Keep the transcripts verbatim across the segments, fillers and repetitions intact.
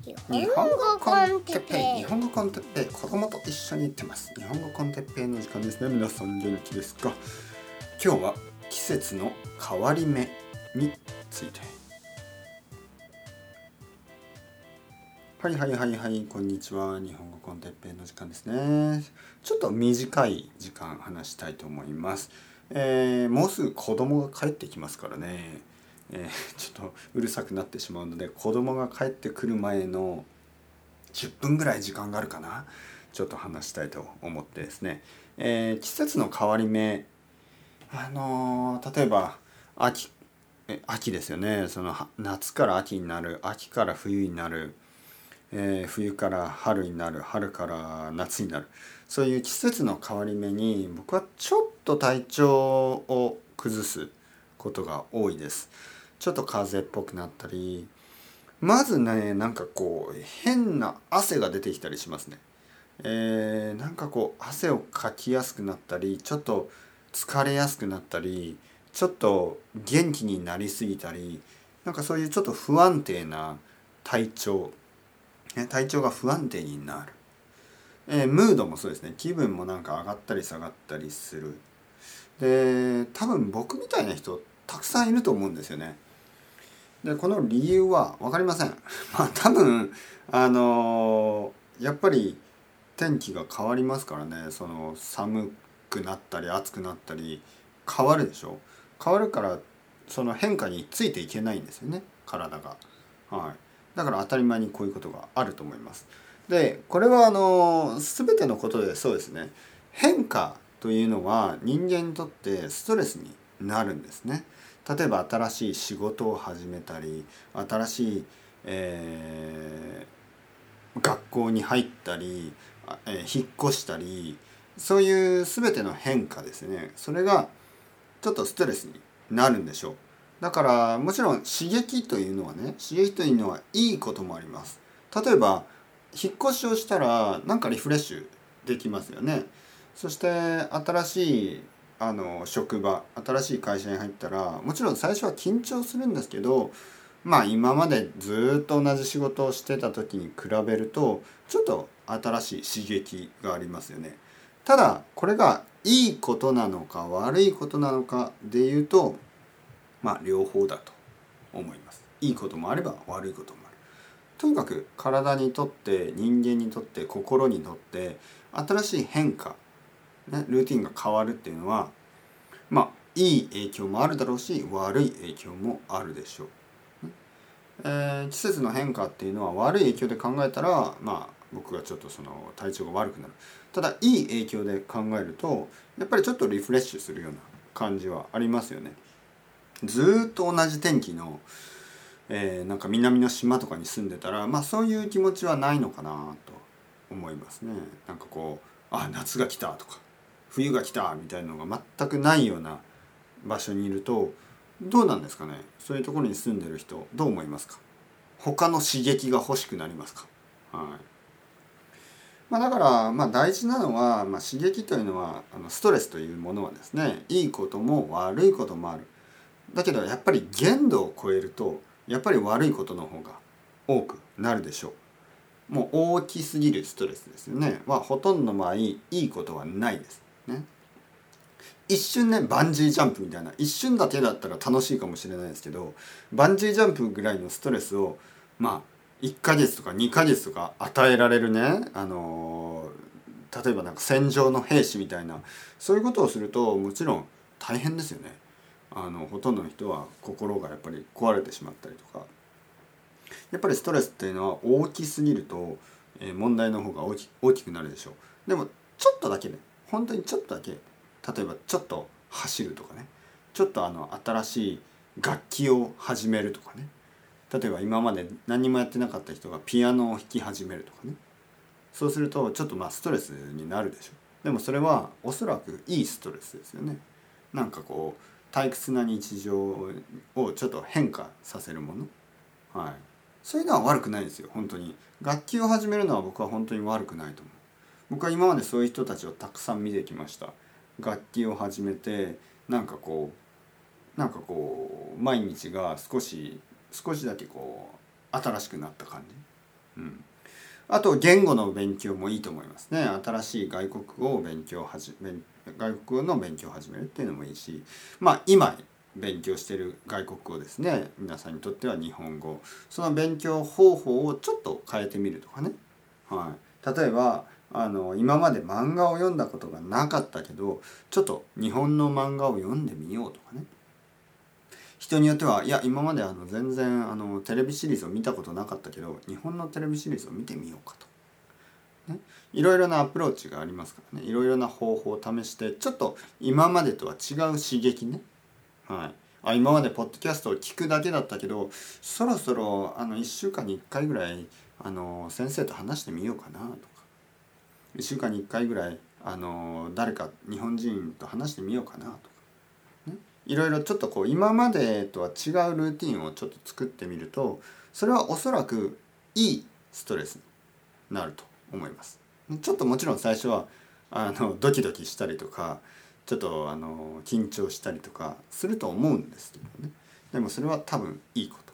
日本語コンテッペイ日本語コンテッペイ子供と一緒に行ってます。日本語コンテッペイの時間ですね。皆さん元気ですか？今日は季節の変わり目について。はいはいはいはいこんにちは。日本語コンテッペイの時間ですね。ちょっと短い時間話したいと思います。えー、もうすぐ子供が帰ってきますからね。えー、ちょっとうるさくなってしまうので、子供が帰ってくる前のじゅっぷんぐらい時間があるかな、ちょっと話したいと思ってですね、えー、季節の変わり目、あのー、例えば秋え秋ですよね。その夏から秋になる、秋から冬になる、えー、冬から春になる、春から夏になる、そういう季節の変わり目に僕はちょっと体調を崩すことが多いです。ちょっと風邪っぽくなったり、まずね、なんかこう変な汗が出てきたりしますね。えー、なんかこう汗をかきやすくなったり、ちょっと疲れやすくなったり、ちょっと元気になりすぎたり、なんかそういうちょっと不安定な体調、体調が不安定になる。えー、ムードもそうですね。気分もなんか上がったり下がったりする。で、多分僕みたいな人たくさんいると思うんですよね。で、この理由は分かりません。まあ多分、あのーやっぱり天気が変わりますからね。その寒くなったり暑くなったり変わるでしょ。変わるからその変化についていけないんですよね、体が。はい。だから当たり前にこういうことがあると思います。で、これはあのー全てのことでそうですね。変化というのは人間にとってストレスになるんですね。例えば新しい仕事を始めたり、新しい、えー学校に入ったり、えー引っ越したり、そういう全ての変化ですね。それがちょっとストレスになるんでしょう。だからもちろん刺激というのはね、刺激というのはいいこともあります。例えば引っ越しをしたらなんかリフレッシュできますよね。そして新しいあの職場、新しい会社に入ったらもちろん最初は緊張するんですけど、まあ今までずっと同じ仕事をしてた時に比べるとちょっと新しい刺激がありますよね。ただこれがいいことなのか悪いことなのかでいうと、まあ両方だと思います。いいこともあれば悪いこともある。とにかく体にとって人間にとって心にとって新しい変化、ね、ルーティンが変わるっていうのは、まあいい影響もあるだろうし悪い影響もあるでしょう。えー、季節の変化っていうのは悪い影響で考えたら、まあ僕がちょっとその体調が悪くなる。ただいい影響で考えるとやっぱりちょっとリフレッシュするような感じはありますよね。ずーっと同じ天気の、えー、なんか南の島とかに住んでたら、まあそういう気持ちはないのかなと思いますね。なんかこう、あ、夏が来たとか冬が来たみたいなのが全くないような場所にいると、どうなんですかね。そういうところに住んでる人どう思いますか？他の刺激が欲しくなりますか？はい。まあ、だからまあ大事なのは、まあ、刺激というのはあのストレスというものはですね、いいことも悪いこともある。だけどやっぱり限度を超えるとやっぱり悪いことの方が多くなるでしょう。もう大きすぎるストレスですよねはほとんどの場合いいことはないですね。一瞬ね、バンジージャンプみたいな一瞬だけだったら楽しいかもしれないですけど、バンジージャンプぐらいのストレスをまあいっかげつとかにかげつとか与えられるね、あのー、例えばなんか戦場の兵士みたいなそういうことをするともちろん大変ですよね。あのほとんどの人は心がやっぱり壊れてしまったりとか、やっぱりストレスっていうのは大きすぎると、えー問題の方が大き大きくなるでしょう。でもちょっとだけね、本当にちょっとだけ、例えばちょっと走るとかね、ちょっとあの新しい楽器を始めるとかね、例えば今まで何もやってなかった人がピアノを弾き始めるとかね、そうするとちょっとまあストレスになるでしょう。でもそれはおそらくいいストレスですよね。なんかこう退屈な日常をちょっと変化させるもの、はい、そういうのは悪くないですよ。本当に楽器を始めるのは僕は本当に悪くないと思う。僕は今までそういう人たちをたくさん見てきました。楽器を始めてなんかこうなんかこう毎日が少し少しだけこう新しくなった感じ。 うん、あと言語の勉強もいいと思いますね。新しい外国語を勉強はじめ外国語の勉強を始めるっていうのもいいし、まあ今勉強している外国語ですね、皆さんにとっては日本語、その勉強方法をちょっと変えてみるとかね、はい、例えばあの今まで漫画を読んだことがなかったけどちょっと日本の漫画を読んでみようとかね。人によってはいや今まであの全然あのテレビシリーズを見たことなかったけど日本のテレビシリーズを見てみようかと、ね、いろいろなアプローチがありますからね。いろいろな方法を試してちょっと今までとは違う刺激ね、はい、あ今までポッドキャストを聞くだけだったけどそろそろあのいっしゅうかんにいっかいぐらいあの先生と話してみようかなとか、いっしゅうかんにいっかいぐらいあの誰か日本人と話してみようかなとか、ね、いろいろちょっとこう今までとは違うルーティンをちょっと作ってみるとそれはおそらくいいストレスになると思います。ちょっともちろん最初はあのドキドキしたりとかちょっとあの緊張したりとかすると思うんですけどね。でもそれは多分いいこと。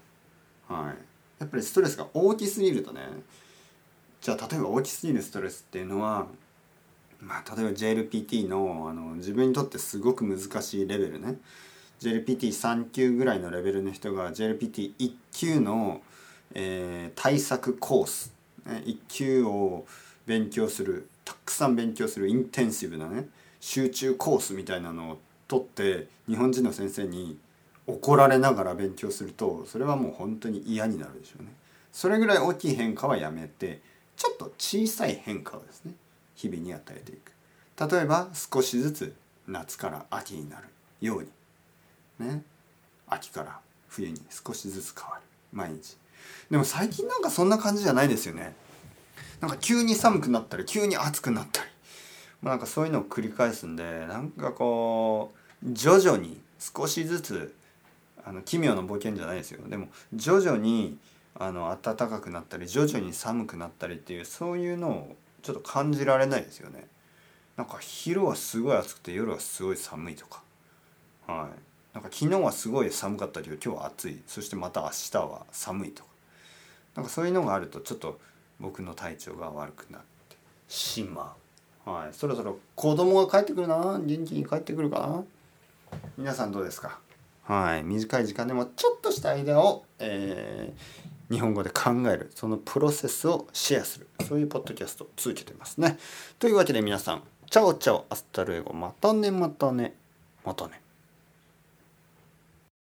はい。やっぱりストレスが大きすぎるとね、じゃあ例えば大きすぎるストレスっていうのは、まあ例えば ジェイエルピーティー のあの自分にとってすごく難しいレベルね。ジェイエルピーティーさん 級ぐらいのレベルの人が ジェイエルピーティーいち 級の、えー、対策コース、ね、いっ級を勉強する、たくさん勉強するインテンシブなね集中コースみたいなのを取って日本人の先生に怒られながら勉強するとそれはもう本当に嫌になるでしょうね。それぐらい大きい変化はやめてちょっと小さい変化をですね日々に与えていく。例えば少しずつ夏から秋になるようにね、秋から冬に少しずつ変わる毎日。でも最近なんかそんな感じじゃないですよね。なんか急に寒くなったり急に暑くなったり、なんかそういうのを繰り返すんでなんかこう徐々に少しずつあの奇妙な冒険じゃないですよ。でも徐々にあの暖かくなったり徐々に寒くなったりっていうそういうのをちょっと感じられないですよね。なんか昼はすごい暑くて夜はすごい寒いとか、はい、なんか昨日はすごい寒かったけど今日は暑い、そしてまた明日は寒いとか、なんかそういうのがあるとちょっと僕の体調が悪くなってしまう。はい、そろそろ子供が帰ってくるな、元気に帰ってくるかな。皆さんどうですか。はい、短い時間でもちょっとしたアイデアを、えー、日本語で考えるそのプロセスをシェアする、そういうポッドキャストを続けてますね。というわけで皆さんチャオチャオアスタルエゴ、またねまたねまたね。